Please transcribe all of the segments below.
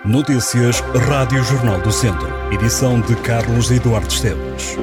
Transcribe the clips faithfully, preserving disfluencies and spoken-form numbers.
Notícias Rádio Jornal do Centro. Edição de Carlos Eduardo Esteves.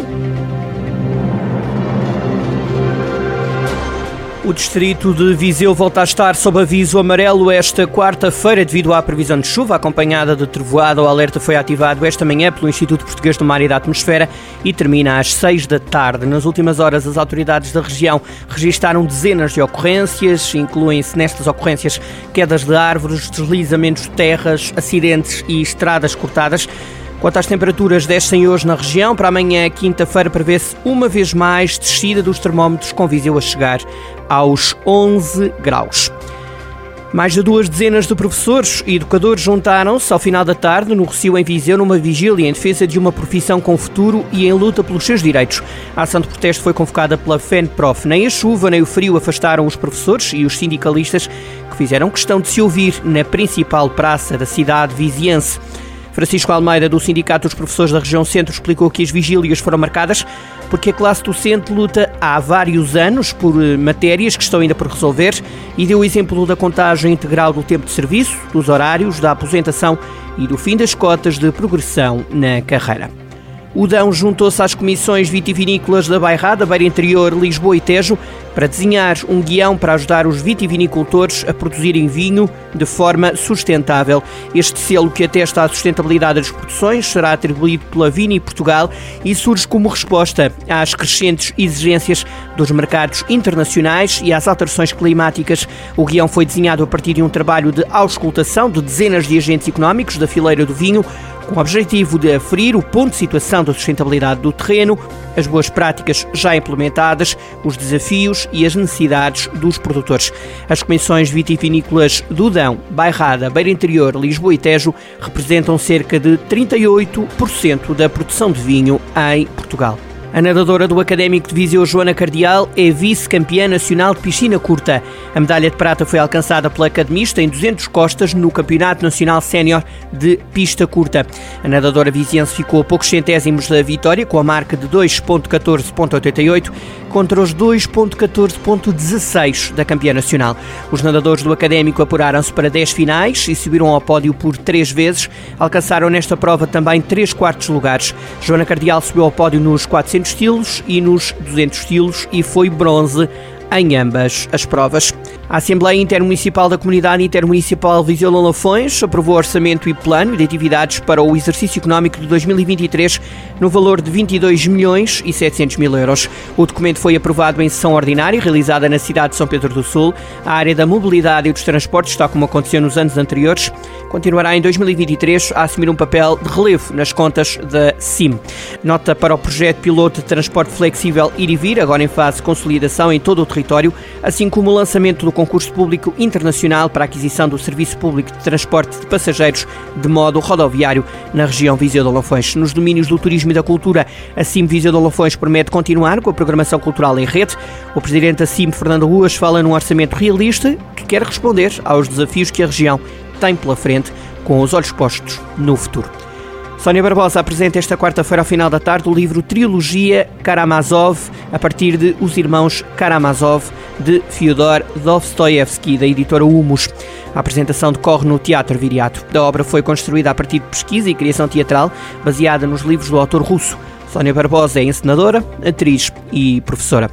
O distrito de Viseu volta a estar sob aviso amarelo esta quarta-feira devido à previsão de chuva acompanhada de trovoada. O alerta foi ativado esta manhã pelo Instituto Português do Mar e da Atmosfera e termina às seis da tarde. Nas últimas horas, as autoridades da região registaram dezenas de ocorrências. Incluem-se nestas ocorrências quedas de árvores, deslizamentos de terras, acidentes e estradas cortadas. Quanto às temperaturas, descem hoje na região. Para amanhã, quinta-feira, prevê-se uma vez mais descida dos termómetros, com Viseu a chegar aos onze graus. Mais de duas dezenas de professores e educadores juntaram-se ao final da tarde no Rossio, em Viseu, numa vigília em defesa de uma profissão com futuro e em luta pelos seus direitos. A ação de protesto foi convocada pela FENPROF. Nem a chuva nem o frio afastaram os professores e os sindicalistas, que fizeram questão de se ouvir na principal praça da cidade viziense. Francisco Almeida, do Sindicato dos Professores da Região Centro, explicou que as vigílias foram marcadas porque a classe docente luta há vários anos por matérias que estão ainda por resolver e deu o exemplo da contagem integral do tempo de serviço, dos horários, da aposentação e do fim das cotas de progressão na carreira. O Dão juntou-se às comissões vitivinícolas da Bairrada, Beira Interior, Lisboa e Tejo para desenhar um guião para ajudar os vitivinicultores a produzirem vinho de forma sustentável. Este selo, que atesta a sustentabilidade das produções, será atribuído pela Vini Portugal e surge como resposta às crescentes exigências dos mercados internacionais e às alterações climáticas. O guião foi desenhado a partir de um trabalho de auscultação de dezenas de agentes económicos da fileira do vinho, com o objetivo de aferir o ponto de situação da sustentabilidade do terreno, as boas práticas já implementadas, os desafios e as necessidades dos produtores. As comissões vitivinícolas do Dão, Bairrada, Beira Interior, Lisboa e Tejo representam cerca de trinta e oito por cento da produção de vinho em Portugal. A nadadora do Académico de Viseu, Joana Cardial, é vice-campeã nacional de piscina curta. A medalha de prata foi alcançada pela academista em duzentos costas no Campeonato Nacional Sénior de Pista Curta. A nadadora viziense ficou a poucos centésimos da vitória, com a marca de dois ponto catorze ponto oitenta e oito contra os dois ponto catorze ponto dezasseis da campeã nacional. Os nadadores do Académico apuraram-se para dez finais e subiram ao pódio por três vezes. Alcançaram nesta prova também três quartos lugares. Joana Cardial subiu ao pódio nos quatrocentos estilos e nos duzentos estilos e foi bronze em ambas as provas. A Assembleia Intermunicipal da Comunidade Intermunicipal Viseu-Lafões aprovou orçamento e plano de atividades para o exercício económico de dois mil e vinte e três no valor de vinte e dois milhões e setecentos mil euros. O documento foi aprovado em sessão ordinária realizada na cidade de São Pedro do Sul. A área da mobilidade e dos transportes, tal como aconteceu nos anos anteriores, continuará em dois mil e vinte e três a assumir um papel de relevo nas contas da C I M. Nota para o projeto piloto de transporte flexível Ir e Vir, agora em fase de consolidação em todo o território, assim como o lançamento do concurso público internacional para a aquisição do serviço público de transporte de passageiros de modo rodoviário na região Viseu de Lafões. Nos domínios do turismo e da cultura, a C I M Viseu de Lafões promete continuar com a programação cultural em rede. O presidente da C I M, Fernando Ruas, fala num orçamento realista que quer responder aos desafios que a região tem pela frente, com os olhos postos no futuro. Sónia Barbosa apresenta esta quarta-feira, ao final da tarde, o livro Trilogia Karamazov, a partir de Os Irmãos Karamazov, de Fyodor Dostoiévski, da editora Humus. A apresentação decorre no Teatro Viriato. A obra foi construída a partir de pesquisa e criação teatral, baseada nos livros do autor russo. Sónia Barbosa é encenadora, atriz e professora.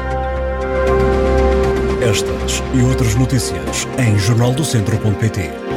Estas e outras notícias em jornal do centro ponto pt.